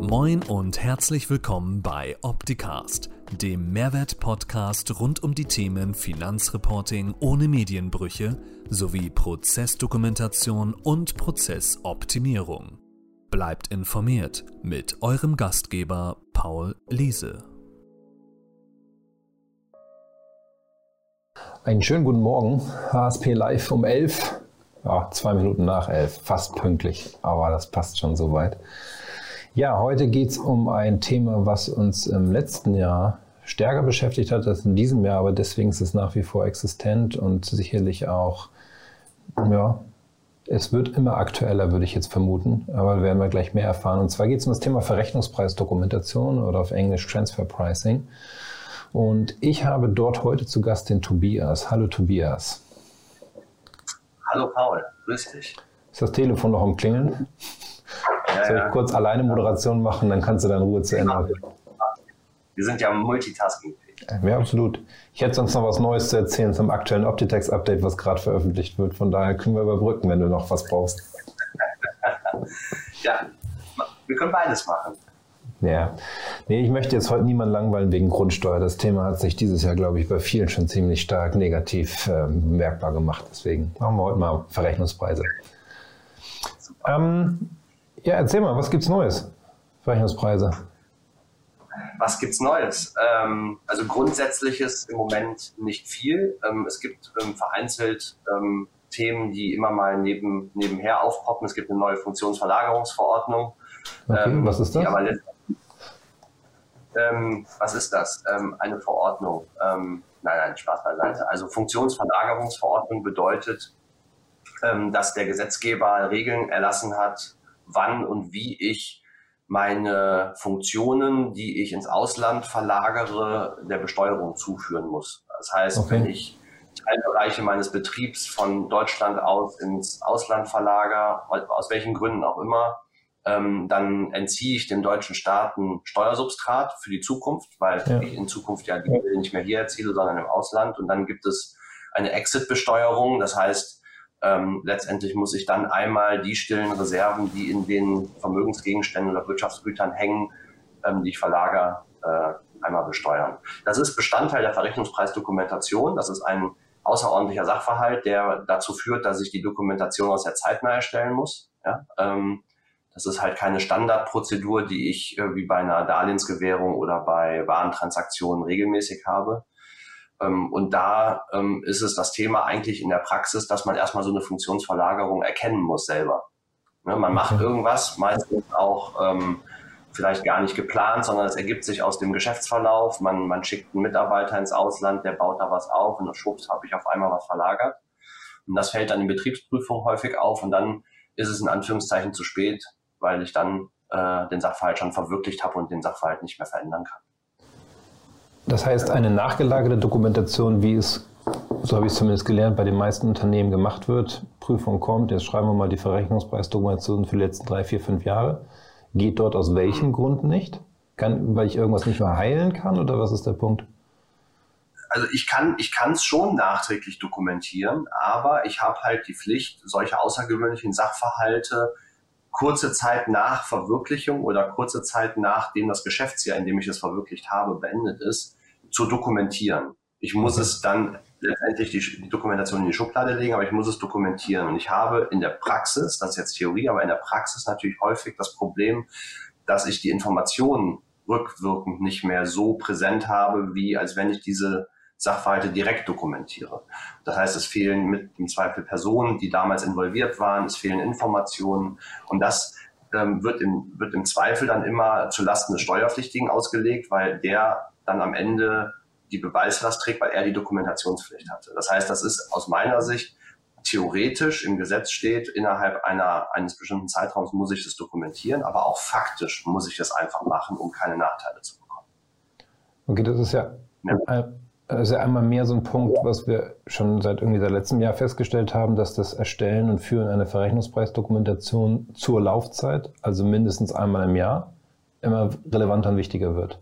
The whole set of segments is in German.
Moin und herzlich willkommen bei Opticast, dem Mehrwert-Podcast rund um die Themen Finanzreporting ohne Medienbrüche sowie Prozessdokumentation und Prozessoptimierung. Bleibt informiert mit eurem Gastgeber Paul Liese. Einen schönen guten Morgen, HSP Live um 11. Ja, 2 Minuten nach 11, fast pünktlich, aber das passt schon soweit. Ja, heute geht es um ein Thema, was uns im letzten Jahr stärker beschäftigt hat als in diesem Jahr, aber deswegen ist es nach wie vor existent und sicherlich auch, ja, es wird immer aktueller, würde ich jetzt vermuten, aber werden wir gleich mehr erfahren. Und zwar geht es um das Thema Verrechnungspreisdokumentation oder auf Englisch Transfer Pricing. Und ich habe dort heute zu Gast den Tobias. Hallo Tobias. Hallo Paul, grüß dich. Ist das Telefon noch am Klingeln? Soll ich kurz alleine Moderation machen, dann kannst du dann Ruhe zu Ende haben. Wir sind ja multitasking. Ja, absolut. Ich hätte sonst noch was Neues zu erzählen zum aktuellen Optitex-Update, was gerade veröffentlicht wird. Von daher können wir überbrücken, wenn du noch was brauchst. Ja, wir können beides machen. Ja, nee, ich möchte jetzt heute niemanden langweilen wegen Grundsteuer. Das Thema hat sich dieses Jahr, glaube ich, bei vielen schon ziemlich stark negativ bemerkbar gemacht. Deswegen machen wir heute mal Verrechnungspreise. Ja, erzähl mal, was gibt's Neues? Verrechnungspreise. Was gibt's Neues? Also grundsätzlich ist im Moment nicht viel. Es gibt vereinzelt Themen, die immer mal nebenher aufpoppen. Es gibt eine neue Funktionsverlagerungsverordnung. Okay, was ist das? Was ist das? Eine Verordnung. Nein, Spaß beiseite. Also Funktionsverlagerungsverordnung bedeutet, dass der Gesetzgeber Regeln erlassen hat, wann und wie ich meine Funktionen, die ich ins Ausland verlagere, der Besteuerung zuführen muss. Das heißt, wenn ich Teilbereiche meines Betriebs von Deutschland aus ins Ausland verlagere, aus welchen Gründen auch immer, dann entziehe ich dem deutschen Staat ein Steuersubstrat für die Zukunft, weil ich in Zukunft ja die Gewinne nicht mehr hier erziele, sondern im Ausland. Und dann gibt es eine Exit-Besteuerung. Das heißt, letztendlich muss ich dann einmal die stillen Reserven, die in den Vermögensgegenständen oder Wirtschaftsgütern hängen, die ich verlagere, einmal besteuern. Das ist Bestandteil der Verrechnungspreisdokumentation. Das ist ein außerordentlicher Sachverhalt, der dazu führt, dass ich die Dokumentation aus der zeitnah erstellen muss. Ja? Das ist halt keine Standardprozedur, die ich wie bei einer Darlehensgewährung oder bei Warentransaktionen regelmäßig habe. Und da ist es das Thema eigentlich in der Praxis, dass man erstmal so eine Funktionsverlagerung erkennen muss selber. Ne, man macht irgendwas, meistens auch vielleicht gar nicht geplant, sondern es ergibt sich aus dem Geschäftsverlauf. Man schickt einen Mitarbeiter ins Ausland, der baut da was auf und schwupps habe ich auf einmal was verlagert. Und das fällt dann in Betriebsprüfung häufig auf und dann ist es in Anführungszeichen zu spät, weil ich dann den Sachverhalt schon verwirklicht habe und den Sachverhalt nicht mehr verändern kann. Das heißt, eine nachgelagerte Dokumentation, wie es, so habe ich es zumindest gelernt, bei den meisten Unternehmen gemacht wird, Prüfung kommt, jetzt schreiben wir mal die Verrechnungspreisdokumentation für die letzten 3, 4, 5 Jahre, geht dort aus welchem Grund nicht? Weil ich irgendwas nicht mehr heilen kann oder was ist der Punkt? Also ich kann es schon nachträglich dokumentieren, aber ich habe halt die Pflicht, solche außergewöhnlichen Sachverhalte kurze Zeit nach Verwirklichung oder kurze Zeit nachdem das Geschäftsjahr, in dem ich es verwirklicht habe, beendet ist, zu dokumentieren. Ich muss es dann letztendlich die Dokumentation in die Schublade legen, aber ich muss es dokumentieren. Und ich habe in der Praxis, das ist jetzt Theorie, aber in der Praxis natürlich häufig das Problem, dass ich die Informationen rückwirkend nicht mehr so präsent habe, wie als wenn ich diese Sachverhalte direkt dokumentiere. Das heißt, es fehlen mit im Zweifel Personen, die damals involviert waren, es fehlen Informationen und das wird im Zweifel dann immer zulasten des Steuerpflichtigen ausgelegt, weil der dann am Ende die Beweislast trägt, weil er die Dokumentationspflicht hatte. Das heißt, das ist aus meiner Sicht theoretisch im Gesetz steht, innerhalb eines bestimmten Zeitraums muss ich das dokumentieren, aber auch faktisch muss ich das einfach machen, um keine Nachteile zu bekommen. Okay, das ist ja einmal mehr so ein Punkt, was wir schon seit letztem Jahr festgestellt haben, dass das Erstellen und Führen einer Verrechnungspreisdokumentation zur Laufzeit, also mindestens einmal im Jahr, immer relevanter und wichtiger wird.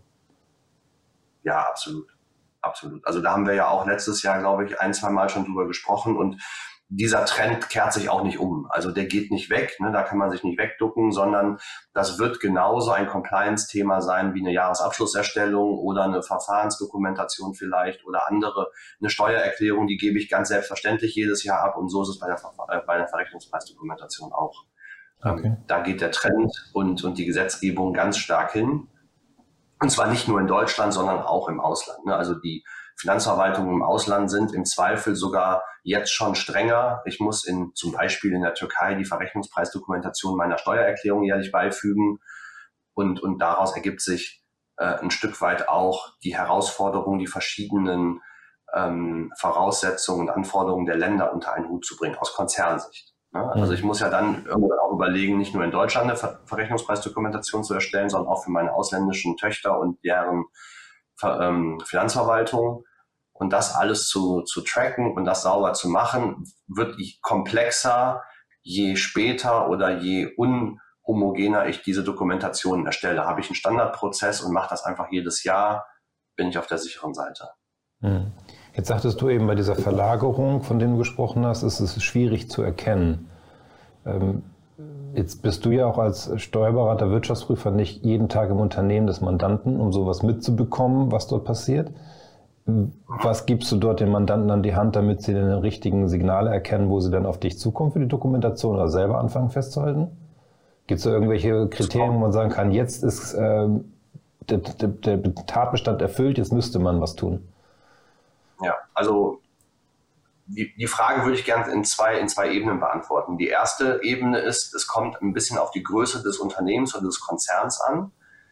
Ja, absolut. Absolut. Also da haben wir ja auch letztes Jahr, glaube ich, 1-2 Mal schon drüber gesprochen und dieser Trend kehrt sich auch nicht um. Also der geht nicht weg, ne? Da kann man sich nicht wegducken, sondern das wird genauso ein Compliance-Thema sein wie eine Jahresabschlusserstellung oder eine Verfahrensdokumentation vielleicht oder eine Steuererklärung, die gebe ich ganz selbstverständlich jedes Jahr ab und so ist es bei der Verrechnungspreisdokumentation auch. Okay. Da geht der Trend und die Gesetzgebung ganz stark hin. Und zwar nicht nur in Deutschland, sondern auch im Ausland, ne? Also die Finanzverwaltungen im Ausland sind im Zweifel sogar jetzt schon strenger. Ich muss zum Beispiel in der Türkei die Verrechnungspreisdokumentation meiner Steuererklärung jährlich beifügen. Und daraus ergibt sich ein Stück weit auch die Herausforderung, die verschiedenen Voraussetzungen und Anforderungen der Länder unter einen Hut zu bringen, aus Konzernsicht. Ne? Also ich muss ja dann irgendwann auch überlegen, nicht nur in Deutschland eine Verrechnungspreisdokumentation zu erstellen, sondern auch für meine ausländischen Töchter und deren Finanzverwaltung. Und das alles zu tracken und das sauber zu machen, wird komplexer, je später oder je unhomogener ich diese Dokumentationen erstelle. Habe ich einen Standardprozess und mache das einfach jedes Jahr, bin ich auf der sicheren Seite. Jetzt sagtest du eben, bei dieser Verlagerung, von der du gesprochen hast, ist es schwierig zu erkennen. Jetzt bist du ja auch als Steuerberater, Wirtschaftsprüfer nicht jeden Tag im Unternehmen des Mandanten, um sowas mitzubekommen, was dort passiert. Was gibst du dort den Mandanten an die Hand, damit sie den richtigen Signale erkennen, wo sie dann auf dich zukommen für die Dokumentation oder selber anfangen festzuhalten? Gibt es da irgendwelche Kriterien, wo man sagen kann, jetzt ist der Tatbestand erfüllt, jetzt müsste man was tun? Ja, also die Frage würde ich gerne in zwei Ebenen beantworten. Die erste Ebene ist, es kommt ein bisschen auf die Größe des Unternehmens oder des Konzerns an.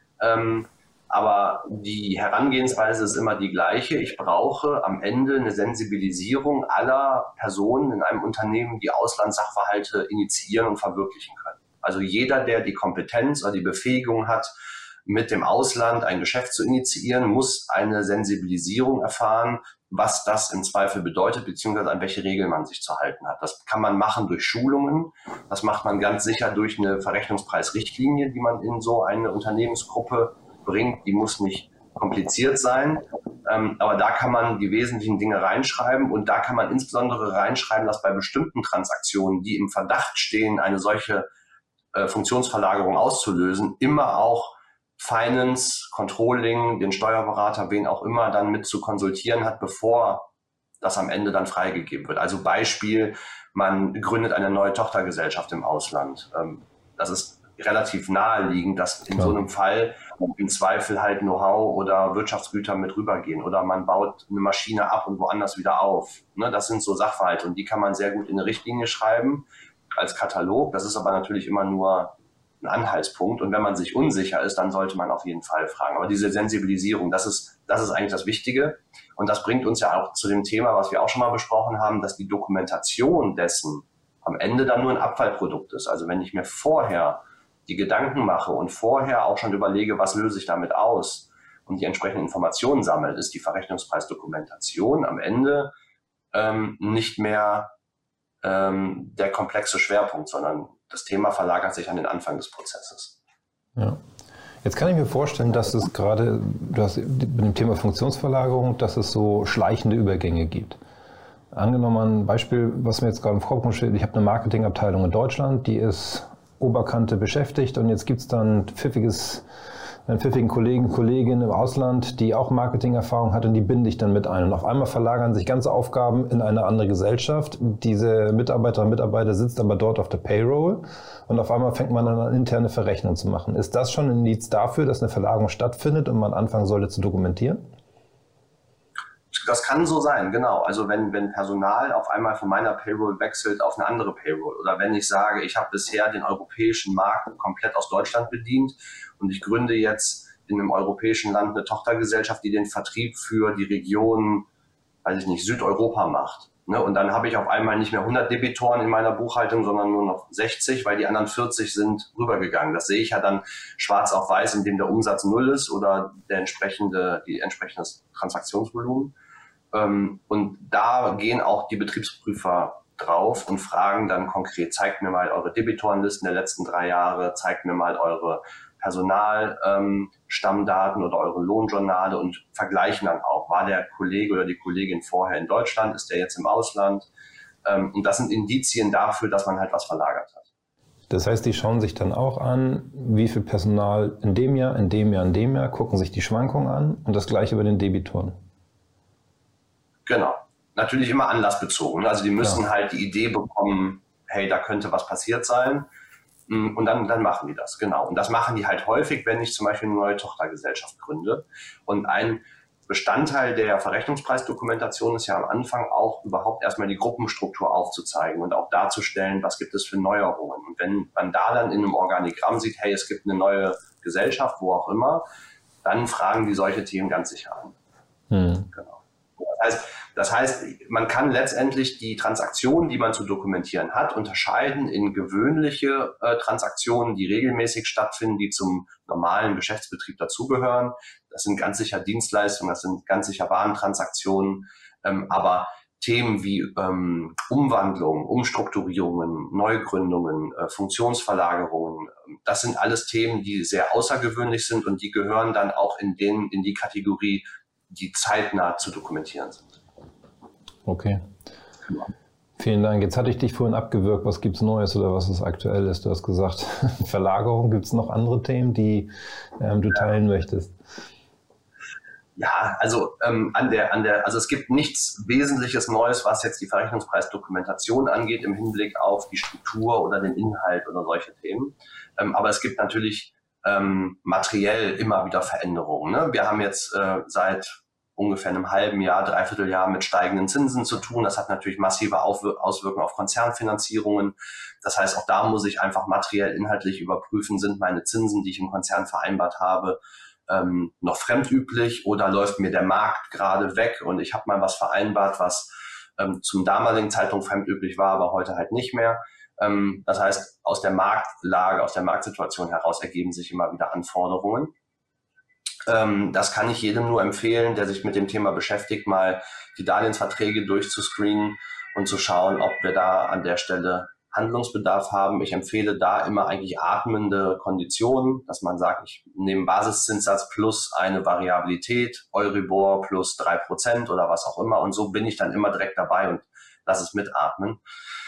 Aber die Herangehensweise ist immer die gleiche. Ich brauche am Ende eine Sensibilisierung aller Personen in einem Unternehmen, die Auslandssachverhalte initiieren und verwirklichen können. Also jeder, der die Kompetenz oder die Befähigung hat, mit dem Ausland ein Geschäft zu initiieren, muss eine Sensibilisierung erfahren, was das im Zweifel bedeutet, beziehungsweise an welche Regeln man sich zu halten hat. Das kann man machen durch Schulungen. Das macht man ganz sicher durch eine Verrechnungspreisrichtlinie, die man in so eine Unternehmensgruppe bringt. Die muss nicht kompliziert sein, aber da kann man die wesentlichen Dinge reinschreiben und da kann man insbesondere reinschreiben, dass bei bestimmten Transaktionen, die im Verdacht stehen, eine solche Funktionsverlagerung auszulösen, immer auch Finance, Controlling, den Steuerberater, wen auch immer dann mit zu konsultieren hat, bevor das am Ende dann freigegeben wird. Also Beispiel, man gründet eine neue Tochtergesellschaft im Ausland. Das ist relativ naheliegend, dass in so einem Fall im Zweifel halt Know-how oder Wirtschaftsgüter mit rübergehen oder man baut eine Maschine ab und woanders wieder auf. Ne, das sind so Sachverhalte und die kann man sehr gut in eine Richtlinie schreiben als Katalog. Das ist aber natürlich immer nur ein Anhaltspunkt und wenn man sich unsicher ist, dann sollte man auf jeden Fall fragen. Aber diese Sensibilisierung, das ist eigentlich das Wichtige und das bringt uns ja auch zu dem Thema, was wir auch schon mal besprochen haben, dass die Dokumentation dessen am Ende dann nur ein Abfallprodukt ist. Also wenn ich mir vorher die Gedanken mache und vorher auch schon überlege, was löse ich damit aus und die entsprechenden Informationen sammle, ist die Verrechnungspreisdokumentation am Ende nicht mehr der komplexe Schwerpunkt, sondern das Thema verlagert sich an den Anfang des Prozesses. Ja. Jetzt kann ich mir vorstellen, dass es gerade mit dem Thema Funktionsverlagerung, dass es so schleichende Übergänge gibt. Angenommen ein Beispiel, was mir jetzt gerade im Kopf steht, ich habe eine Marketingabteilung in Deutschland, die ist Oberkante beschäftigt und jetzt gibt es dann einen pfiffigen Kollegen, Kollegin im Ausland, die auch Marketingerfahrung hat und die binde ich dann mit ein. Und auf einmal verlagern sich ganze Aufgaben in eine andere Gesellschaft. Diese Mitarbeiterinnen und Mitarbeiter sitzt aber dort auf der Payroll und auf einmal fängt man dann an, interne Verrechnung zu machen. Ist das schon ein Indiz dafür, dass eine Verlagerung stattfindet und man anfangen sollte zu dokumentieren? Das kann so sein, genau. Also wenn Personal auf einmal von meiner Payroll wechselt auf eine andere Payroll oder wenn ich sage, ich habe bisher den europäischen Markt komplett aus Deutschland bedient und ich gründe jetzt in einem europäischen Land eine Tochtergesellschaft, die den Vertrieb für die Region, weiß ich nicht, Südeuropa macht. Ne? Und dann habe ich auf einmal nicht mehr 100 Debitoren in meiner Buchhaltung, sondern nur noch 60, weil die anderen 40 sind rübergegangen. Das sehe ich ja dann schwarz auf weiß, indem der Umsatz null ist oder die entsprechende Transaktionsvolumen. Und da gehen auch die Betriebsprüfer drauf und fragen dann konkret, zeigt mir mal eure Debitorenlisten der letzten 3 Jahre, zeigt mir mal eure Personalstammdaten oder eure Lohnjournale und vergleichen dann auch, war der Kollege oder die Kollegin vorher in Deutschland, ist der jetzt im Ausland, Und das sind Indizien dafür, dass man halt was verlagert hat. Das heißt, die schauen sich dann auch an, wie viel Personal in dem Jahr, in dem Jahr, in dem Jahr, gucken sich die Schwankungen an und das Gleiche bei den Debitoren. Genau. Natürlich immer anlassbezogen. Also die müssen halt die Idee bekommen, hey, da könnte was passiert sein. Und dann machen die das, genau. Und das machen die halt häufig, wenn ich zum Beispiel eine neue Tochtergesellschaft gründe. Und ein Bestandteil der Verrechnungspreisdokumentation ist ja am Anfang auch überhaupt erstmal die Gruppenstruktur aufzuzeigen und auch darzustellen, was gibt es für Neuerungen. Und wenn man da dann in einem Organigramm sieht, hey, es gibt eine neue Gesellschaft, wo auch immer, dann fragen die solche Themen ganz sicher an. Genau. Das heißt, man kann letztendlich die Transaktionen, die man zu dokumentieren hat, unterscheiden in gewöhnliche Transaktionen, die regelmäßig stattfinden, die zum normalen Geschäftsbetrieb dazugehören. Das sind ganz sicher Dienstleistungen, das sind ganz sicher Warentransaktionen, aber Themen wie Umwandlungen, Umstrukturierungen, Neugründungen, Funktionsverlagerungen, das sind alles Themen, die sehr außergewöhnlich sind und die gehören dann auch in die Kategorie, die zeitnah zu dokumentieren sind. Okay. Genau. Vielen Dank. Jetzt hatte ich dich vorhin abgewürgt. Was gibt es Neues oder was ist aktuell ist? Du hast gesagt, Verlagerung. Gibt es noch andere Themen, die du teilen möchtest? Ja, also also es gibt nichts Wesentliches Neues, was jetzt die Verrechnungspreisdokumentation angeht im Hinblick auf die Struktur oder den Inhalt oder solche Themen. Aber es gibt natürlich materiell immer wieder Veränderungen. Ne? Wir haben jetzt seit ungefähr einem halben Jahr, Dreivierteljahr mit steigenden Zinsen zu tun. Das hat natürlich massive Auswirkungen auf Konzernfinanzierungen. Das heißt, auch da muss ich einfach materiell inhaltlich überprüfen, sind meine Zinsen, die ich im Konzern vereinbart habe, noch fremdüblich oder läuft mir der Markt gerade weg und ich habe mal was vereinbart, was zum damaligen Zeitpunkt fremdüblich war, aber heute halt nicht mehr. Das heißt, aus der Marktlage, aus der Marktsituation heraus ergeben sich immer wieder Anforderungen. Das kann ich jedem nur empfehlen, der sich mit dem Thema beschäftigt, mal die Darlehensverträge durchzuscreenen und zu schauen, ob wir da an der Stelle Handlungsbedarf haben. Ich empfehle da immer eigentlich atmende Konditionen, dass man sagt, ich nehme Basiszinssatz plus eine Variabilität, Euribor plus 3% oder was auch immer. Und so bin ich dann immer direkt dabei und lasse es mitatmen.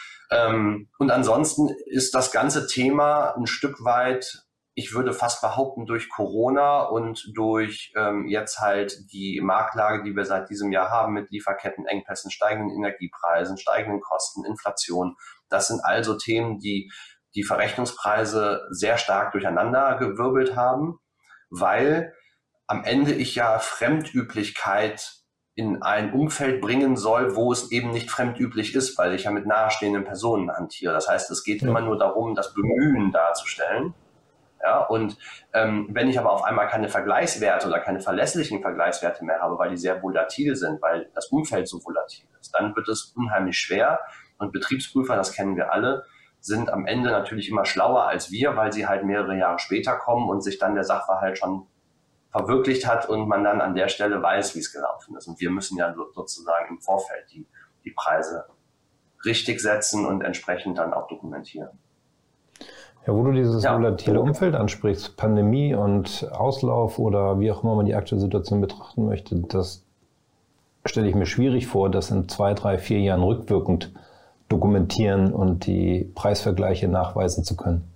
Und ansonsten ist das ganze Thema ein Stück weit, ich würde fast behaupten, durch Corona und durch jetzt halt die Marktlage, die wir seit diesem Jahr haben mit Lieferkettenengpässen, steigenden Energiepreisen, steigenden Kosten, Inflation. Das sind also Themen, die die Verrechnungspreise sehr stark durcheinander gewirbelt haben, weil am Ende ich ja Fremdüblichkeit in ein Umfeld bringen soll, wo es eben nicht fremdüblich ist, weil ich ja mit nahestehenden Personen hantiere. Das heißt, es geht immer nur darum, das Bemühen darzustellen. Ja, und wenn ich aber auf einmal keine Vergleichswerte oder keine verlässlichen Vergleichswerte mehr habe, weil die sehr volatil sind, weil das Umfeld so volatil ist, dann wird es unheimlich schwer. Und Betriebsprüfer, das kennen wir alle, sind am Ende natürlich immer schlauer als wir, weil sie halt mehrere Jahre später kommen und sich dann der Sachverhalt schon verwirklicht hat und man dann an der Stelle weiß, wie es gelaufen ist. Und wir müssen ja sozusagen im Vorfeld die Preise richtig setzen und entsprechend dann auch dokumentieren. Ja, wo du dieses volatile Umfeld ansprichst, Pandemie und Auslauf oder wie auch immer man die aktuelle Situation betrachten möchte, das stelle ich mir schwierig vor, das in 2, 3, 4 Jahren rückwirkend dokumentieren und die Preisvergleiche nachweisen zu können.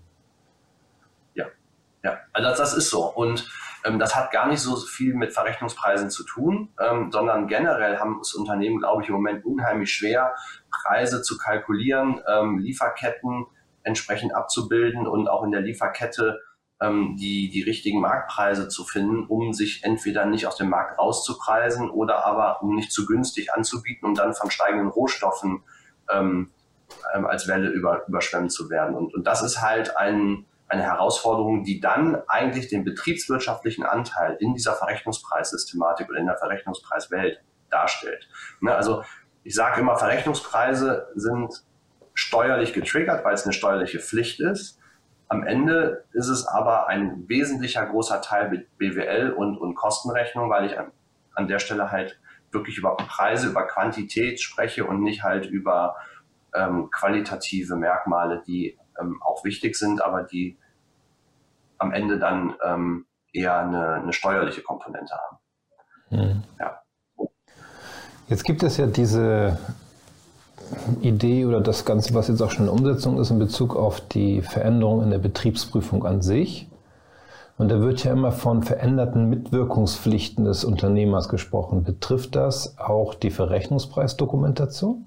Ja, also das ist so. Und das hat gar nicht so viel mit Verrechnungspreisen zu tun, sondern generell haben es Unternehmen, glaube ich, im Moment unheimlich schwer, Preise zu kalkulieren, Lieferketten entsprechend abzubilden und auch in der Lieferkette die richtigen Marktpreise zu finden, um sich entweder nicht aus dem Markt rauszupreisen oder aber um nicht zu günstig anzubieten, um dann von steigenden Rohstoffen als Welle überschwemmt zu werden. Und das ist halt eine Herausforderung, die dann eigentlich den betriebswirtschaftlichen Anteil in dieser Verrechnungspreissystematik oder in der Verrechnungspreiswelt darstellt. Ne, also ich sage immer, Verrechnungspreise sind steuerlich getriggert, weil es eine steuerliche Pflicht ist. Am Ende ist es aber ein wesentlicher großer Teil mit BWL und Kostenrechnung, weil ich an der Stelle halt wirklich über Preise, über Quantität spreche und nicht halt über qualitative Merkmale, die auch wichtig sind, aber die am Ende dann eher eine steuerliche Komponente haben. Ja. Jetzt gibt es ja diese Idee oder das Ganze, was jetzt auch schon in Umsetzung ist in Bezug auf die Veränderung in der Betriebsprüfung an sich. Und da wird ja immer von veränderten Mitwirkungspflichten des Unternehmers gesprochen. Betrifft das auch die Verrechnungspreisdokumentation?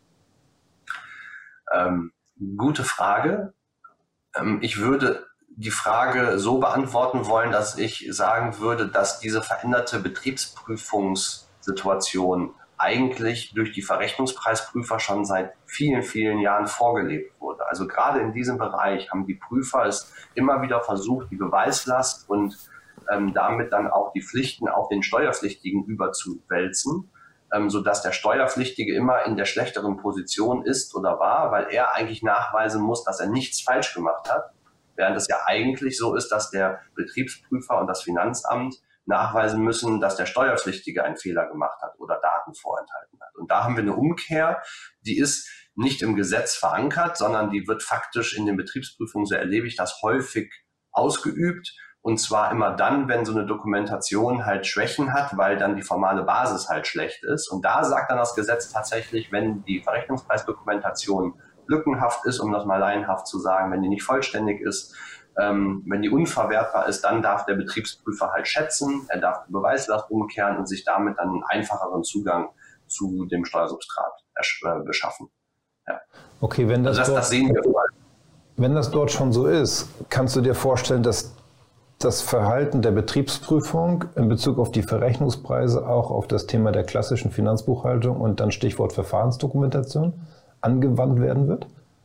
Gute Frage. Ich würde die Frage so beantworten wollen, dass ich sagen würde, dass diese veränderte Betriebsprüfungssituation eigentlich durch die Verrechnungspreisprüfer schon seit vielen, vielen Jahren vorgelebt wurde. Also gerade in diesem Bereich haben die Prüfer es immer wieder versucht, die Beweislast und damit dann auch die Pflichten auf den Steuerpflichtigen überzuwälzen, sodass der Steuerpflichtige immer in der schlechteren Position ist oder war, weil er eigentlich nachweisen muss, dass er nichts falsch gemacht hat, während es ja eigentlich so ist, dass der Betriebsprüfer und das Finanzamt nachweisen müssen, dass der Steuerpflichtige einen Fehler gemacht hat oder Daten vorenthalten hat. Und da haben wir eine Umkehr, die ist nicht im Gesetz verankert, sondern die wird faktisch in den Betriebsprüfungen, so erlebe ich das häufig, ausgeübt. Und zwar immer dann, wenn so eine Dokumentation halt Schwächen hat, weil dann die formale Basis halt schlecht ist. Und da sagt dann das Gesetz tatsächlich, wenn die Verrechnungspreisdokumentation lückenhaft ist, um das mal laienhaft zu sagen, wenn die nicht vollständig ist, wenn die unverwertbar ist, dann darf der Betriebsprüfer halt schätzen, er darf die Beweislast umkehren und sich damit dann einen einfacheren Zugang zu dem Steuersubstrat beschaffen. Ja. Okay, wenn das, also das sehen wir mal. Wenn das dort schon so ist, kannst du dir vorstellen, dass das Verhalten der Betriebsprüfung in Bezug auf die Verrechnungspreise auch auf das Thema der klassischen Finanzbuchhaltung und dann Stichwort Verfahrensdokumentation angewandt werden wird?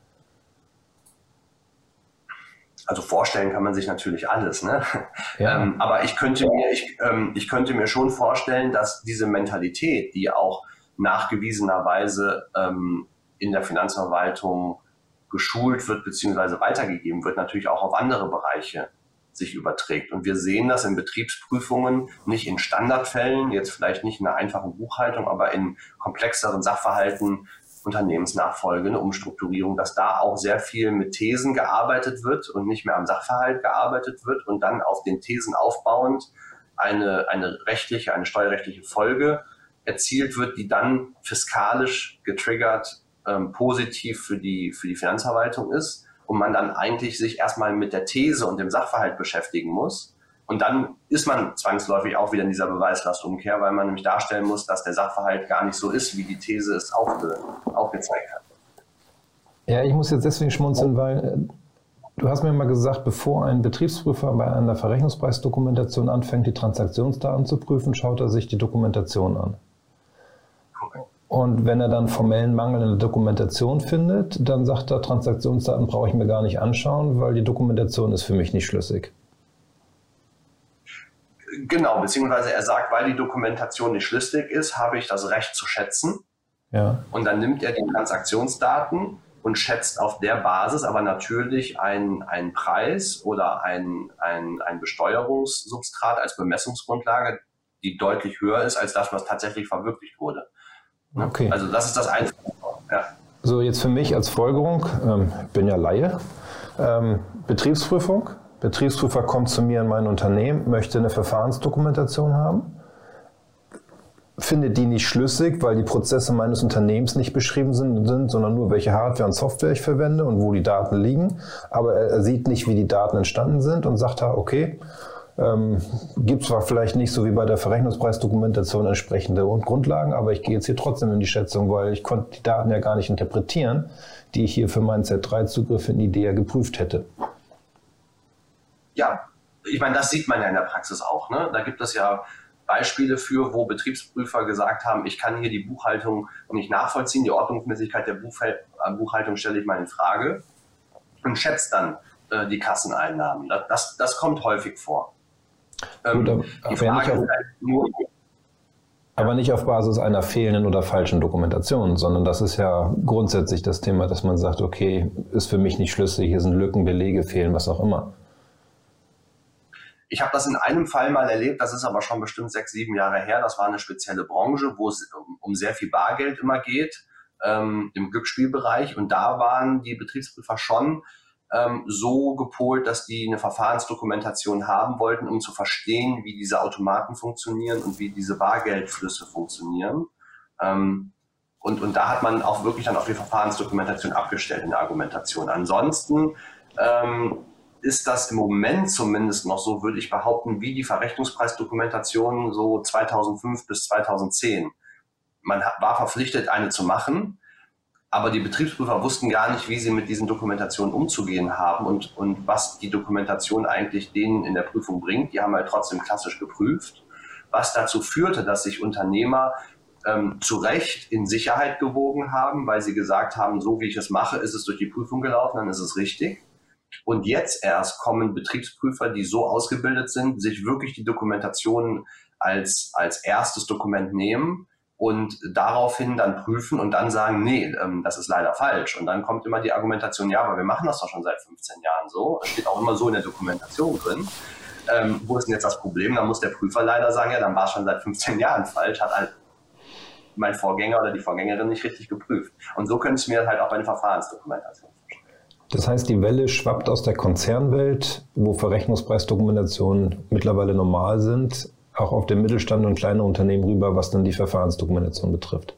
Also vorstellen kann man sich natürlich alles, ne? Ja. Aber ich könnte mir schon vorstellen, dass diese Mentalität, die auch nachgewiesenerweise in der Finanzverwaltung geschult wird bzw. weitergegeben wird, natürlich auch auf andere Bereiche sich überträgt. Und wir sehen das in Betriebsprüfungen, nicht in Standardfällen, jetzt vielleicht nicht in einer einfachen Buchhaltung, aber in komplexeren Sachverhalten, Unternehmensnachfolge, eine Umstrukturierung, dass da auch sehr viel mit Thesen gearbeitet wird und nicht mehr am Sachverhalt gearbeitet wird und dann auf den Thesen aufbauend eine steuerrechtliche Folge erzielt wird, die dann fiskalisch getriggert positiv für die Finanzverwaltung ist und man dann eigentlich sich erstmal mit der These und dem Sachverhalt beschäftigen muss. Und dann ist man zwangsläufig auch wieder in dieser Beweislastumkehr, weil man nämlich darstellen muss, dass der Sachverhalt gar nicht so ist, wie die These es aufgezeigt hat. Ja, ich muss jetzt deswegen schmunzeln, weil du hast mir mal gesagt, bevor ein Betriebsprüfer bei einer Verrechnungspreisdokumentation anfängt, die Transaktionsdaten zu prüfen, schaut er sich die Dokumentation an. Und wenn er dann formellen Mangel in der Dokumentation findet, dann sagt er, Transaktionsdaten brauche ich mir gar nicht anschauen, weil die Dokumentation ist für mich nicht schlüssig. Genau, beziehungsweise er sagt, weil die Dokumentation nicht schlüssig ist, habe ich das Recht zu schätzen. Ja. Und dann nimmt er die Transaktionsdaten und schätzt auf der Basis aber natürlich einen Preis oder ein Besteuerungssubstrat als Bemessungsgrundlage, die deutlich höher ist als das, was tatsächlich verwirklicht wurde. Okay. Also das ist das Einfache. Ja. So, jetzt für mich als Folgerung, ich bin ja Laie, Betriebsprüfung. Betriebsprüfer kommt zu mir in mein Unternehmen, möchte eine Verfahrensdokumentation haben, findet die nicht schlüssig, weil die Prozesse meines Unternehmens nicht beschrieben sind, sondern nur welche Hardware und Software ich verwende und wo die Daten liegen. Aber er sieht nicht, wie die Daten entstanden sind und sagt, okay, gibt zwar vielleicht nicht so wie bei der Verrechnungspreisdokumentation entsprechende Grundlagen, aber ich gehe jetzt hier trotzdem in die Schätzung, weil ich konnte die Daten ja gar nicht interpretieren, die ich hier für meinen Z3-Zugriff in IDEA geprüft hätte. Ja, ich meine, das sieht man ja in der Praxis auch, ne? Da gibt es ja Beispiele für, wo Betriebsprüfer gesagt haben, ich kann hier die Buchhaltung nicht nachvollziehen, die Ordnungsmäßigkeit der Buchhaltung stelle ich mal in Frage und schätzt dann die Kasseneinnahmen. Das kommt häufig vor. Gut, aber nicht auf Basis einer fehlenden oder falschen Dokumentation, sondern das ist ja grundsätzlich das Thema, dass man sagt, okay, ist für mich nicht schlüssig, hier sind Lücken, Belege fehlen, was auch immer. Ich habe das in einem Fall mal erlebt, das ist aber schon bestimmt 6, 7 Jahre her. Das war eine spezielle Branche, wo es um sehr viel Bargeld immer geht, im Glücksspielbereich. Und da waren die Betriebsprüfer schon so gepolt, dass die eine Verfahrensdokumentation haben wollten, um zu verstehen, wie diese Automaten funktionieren und wie diese Bargeldflüsse funktionieren. Und Und da hat man auch wirklich dann auf die Verfahrensdokumentation abgestellt in der Argumentation. Ansonsten ist das im Moment zumindest noch so, würde ich behaupten, wie die Verrechnungspreisdokumentation so 2005 bis 2010. Man war verpflichtet, eine zu machen, aber die Betriebsprüfer wussten gar nicht, wie sie mit diesen Dokumentationen umzugehen haben und was die Dokumentation eigentlich denen in der Prüfung bringt. Die haben halt trotzdem klassisch geprüft, was dazu führte, dass sich Unternehmer zu Recht in Sicherheit gewogen haben, weil sie gesagt haben, so wie ich es mache, ist es durch die Prüfung gelaufen, dann ist es richtig. Und jetzt erst kommen Betriebsprüfer, die so ausgebildet sind, sich wirklich die Dokumentation als erstes Dokument nehmen und daraufhin dann prüfen und dann sagen, nee, das ist leider falsch. Und dann kommt immer die Argumentation, ja, aber wir machen das doch schon seit 15 Jahren so. Es steht auch immer so in der Dokumentation drin. Wo ist denn jetzt das Problem? Dann muss der Prüfer leider sagen, ja, dann war es schon seit 15 Jahren falsch, hat halt mein Vorgänger oder die Vorgängerin nicht richtig geprüft. Und so könnte ich mir halt auch bei einer Verfahrensdokumentation vorstellen. Das heißt, die Welle schwappt aus der Konzernwelt, wo Verrechnungspreisdokumentationen mittlerweile normal sind, auch auf den Mittelstand und kleine Unternehmen rüber, was dann die Verfahrensdokumentation betrifft.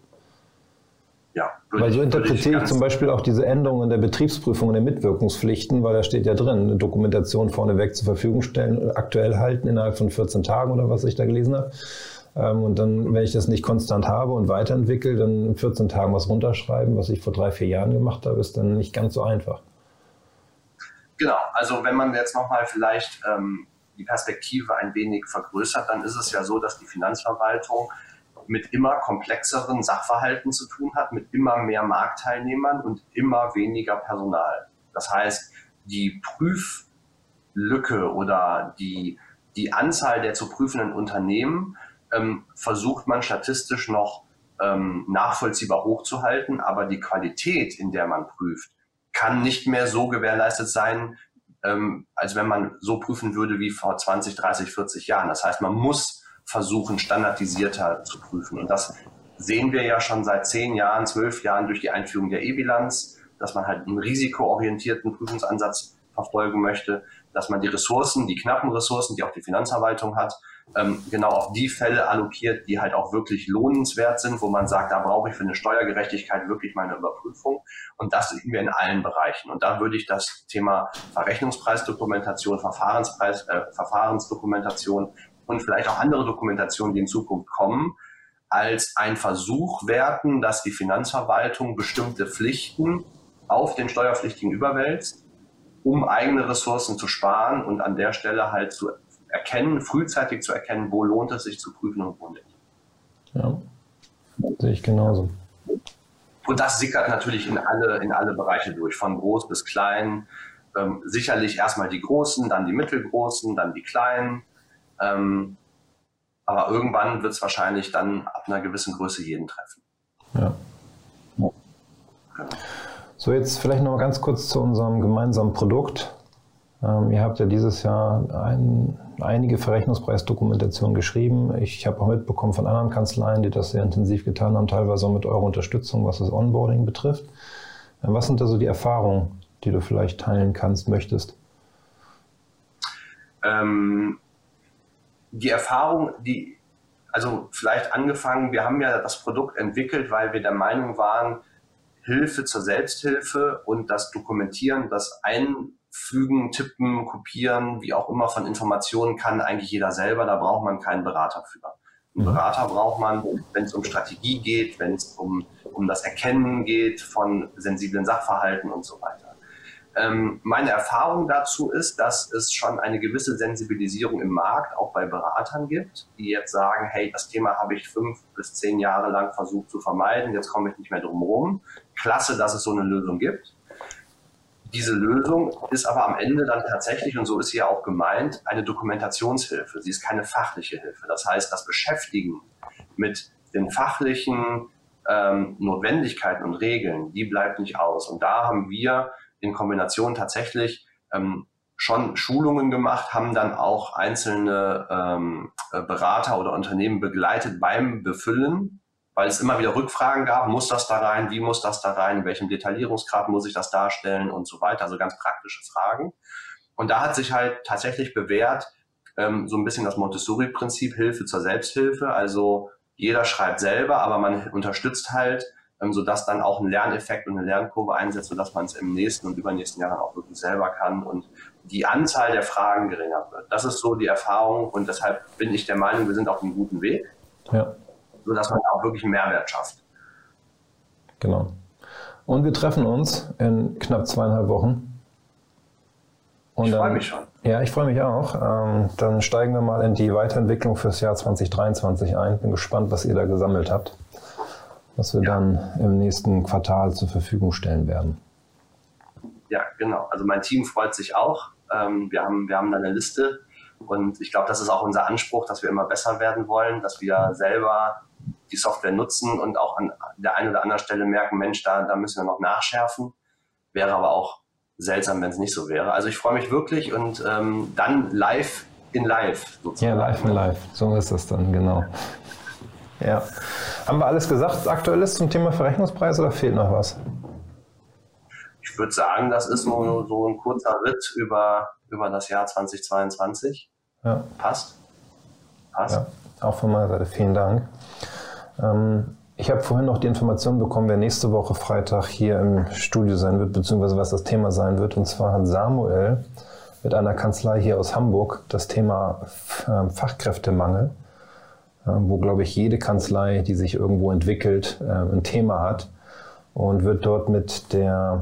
Ja, weil so interpretiere ich zum Beispiel auch diese Änderungen in der Betriebsprüfung und der Mitwirkungspflichten, weil da steht ja drin, eine Dokumentation vorneweg zur Verfügung stellen, aktuell halten innerhalb von 14 Tagen oder was ich da gelesen habe. Und dann, wenn ich das nicht konstant habe und weiterentwickle, dann in 14 Tagen was runterschreiben, was ich vor 3-4 Jahren gemacht habe, ist dann nicht ganz so einfach. Genau, also wenn man jetzt nochmal vielleicht die Perspektive ein wenig vergrößert, dann ist es ja so, dass die Finanzverwaltung mit immer komplexeren Sachverhalten zu tun hat, mit immer mehr Marktteilnehmern und immer weniger Personal. Das heißt, die Prüflücke oder die Anzahl der zu prüfenden Unternehmen versucht man statistisch noch nachvollziehbar hochzuhalten, aber die Qualität, in der man prüft, kann nicht mehr so gewährleistet sein, als wenn man so prüfen würde wie vor 20, 30, 40 Jahren. Das heißt, man muss versuchen, standardisierter zu prüfen. Und das sehen wir ja schon seit 10 Jahren, 12 Jahren durch die Einführung der E-Bilanz, dass man halt einen risikoorientierten Prüfungsansatz verfolgen möchte, dass man die Ressourcen, die knappen Ressourcen, die auch die Finanzverwaltung hat, genau auf die Fälle allokiert, die halt auch wirklich lohnenswert sind, wo man sagt, da brauche ich für eine Steuergerechtigkeit wirklich mal eine Überprüfung. Und das sehen wir in allen Bereichen. Und da würde ich das Thema Verrechnungspreisdokumentation, Verfahrensdokumentation und vielleicht auch andere Dokumentationen, die in Zukunft kommen, als ein Versuch werten, dass die Finanzverwaltung bestimmte Pflichten auf den Steuerpflichtigen überwälzt, um eigene Ressourcen zu sparen und an der Stelle halt zu erkennen, frühzeitig zu erkennen, wo lohnt es sich zu prüfen und wo nicht. Ja, sehe ich genauso. Und das sickert natürlich in alle Bereiche durch, von groß bis klein. Sicherlich erstmal die Großen, dann die Mittelgroßen, dann die Kleinen. Aber irgendwann wird es wahrscheinlich dann ab einer gewissen Größe jeden treffen. Ja. Genau. So, jetzt vielleicht noch mal ganz kurz zu unserem gemeinsamen Produkt. Ihr habt ja dieses Jahr einige Verrechnungspreisdokumentationen geschrieben. Ich habe auch mitbekommen von anderen Kanzleien, die das sehr intensiv getan haben, teilweise auch mit eurer Unterstützung, was das Onboarding betrifft. Was sind da so die Erfahrungen, die du vielleicht teilen kannst, möchtest? Die Erfahrung, also vielleicht angefangen, wir haben ja das Produkt entwickelt, weil wir der Meinung waren, Hilfe zur Selbsthilfe und das Dokumentieren, das Einfügen, Tippen, Kopieren, wie auch immer von Informationen kann eigentlich jeder selber, da braucht man keinen Berater für. Einen Berater braucht man, wenn es um Strategie geht, wenn es um das Erkennen geht von sensiblen Sachverhalten und so weiter. Meine Erfahrung dazu ist, dass es schon eine gewisse Sensibilisierung im Markt, auch bei Beratern gibt, die jetzt sagen, hey, das Thema habe ich 5 bis 10 Jahre lang versucht zu vermeiden, jetzt komme ich nicht mehr drum herum. Klasse, dass es so eine Lösung gibt. Diese Lösung ist aber am Ende dann tatsächlich, und so ist sie ja auch gemeint, eine Dokumentationshilfe. Sie ist keine fachliche Hilfe. Das heißt, das Beschäftigen mit den fachlichen Notwendigkeiten und Regeln, die bleibt nicht aus. Und da haben wir in Kombination tatsächlich schon Schulungen gemacht, haben dann auch einzelne Berater oder Unternehmen begleitet beim Befüllen, weil es immer wieder Rückfragen gab, muss das da rein, wie muss das da rein, in welchem Detaillierungsgrad muss ich das darstellen und so weiter, also ganz praktische Fragen. Und da hat sich halt tatsächlich bewährt, so ein bisschen das Montessori-Prinzip, Hilfe zur Selbsthilfe, also jeder schreibt selber, aber man unterstützt halt sodass dann auch ein Lerneffekt und eine Lernkurve einsetzt, sodass man es im nächsten und übernächsten Jahr dann auch wirklich selber kann und die Anzahl der Fragen geringer wird. Das ist so die Erfahrung und deshalb bin ich der Meinung, wir sind auf einem guten Weg, sodass man auch wirklich einen Mehrwert schafft. Genau. Und wir treffen uns in knapp 2,5 Wochen. Und ich freue mich schon. Ja, ich freue mich auch. Dann steigen wir mal in die Weiterentwicklung fürs Jahr 2023 ein. Bin gespannt, was ihr da gesammelt habt, was wir dann im nächsten Quartal zur Verfügung stellen werden. Ja, genau. Also mein Team freut sich auch. Wir haben da eine Liste und ich glaube, das ist auch unser Anspruch, dass wir immer besser werden wollen, dass wir selber die Software nutzen und auch an der einen oder anderen Stelle merken, Mensch, da müssen wir noch nachschärfen. Wäre aber auch seltsam, wenn es nicht so wäre. Also ich freue mich wirklich und dann live in live sozusagen. Ja, live in live. So ist das dann, genau. Ja. Haben wir alles gesagt, was aktuell ist zum Thema Verrechnungspreis oder fehlt noch was? Ich würde sagen, das ist so ein kurzer Ritt über das Jahr 2022. Ja. Passt. Ja, auch von meiner Seite vielen Dank. Ich habe vorhin noch die Information bekommen, wer nächste Woche Freitag hier im Studio sein wird, beziehungsweise was das Thema sein wird. Und zwar hat Samuel mit einer Kanzlei hier aus Hamburg das Thema Fachkräftemangel, wo, glaube ich, jede Kanzlei, die sich irgendwo entwickelt, ein Thema hat und wird dort mit der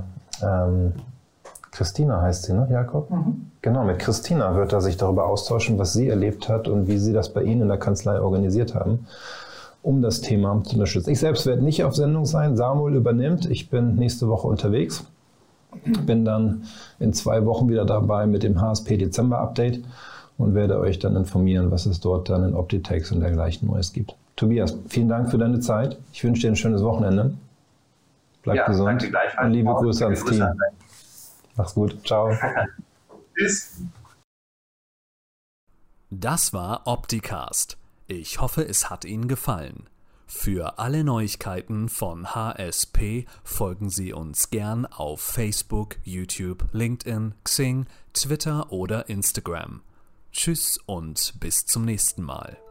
Christina heißt sie, ne, Jakob? Mhm. Genau, mit Christina wird er sich darüber austauschen, was sie erlebt hat und wie sie das bei Ihnen in der Kanzlei organisiert haben, um das Thema zu unterstützen. Ich selbst werde nicht auf Sendung sein, Samuel übernimmt. Ich bin nächste Woche unterwegs, bin dann in 2 Wochen wieder dabei mit dem HSP Dezember Update und werde euch dann informieren, was es dort dann in Optitex und dergleichen Neues gibt. Tobias, vielen Dank für deine Zeit. Ich wünsche dir ein schönes Wochenende. Bleib gesund. Danke gleichfalls. Und liebe Grüße ans Team. Mach's gut. Ciao. Tschüss. Das war Opticast. Ich hoffe, es hat Ihnen gefallen. Für alle Neuigkeiten von HSP folgen Sie uns gern auf Facebook, YouTube, LinkedIn, Xing, Twitter oder Instagram. Tschüss und bis zum nächsten Mal.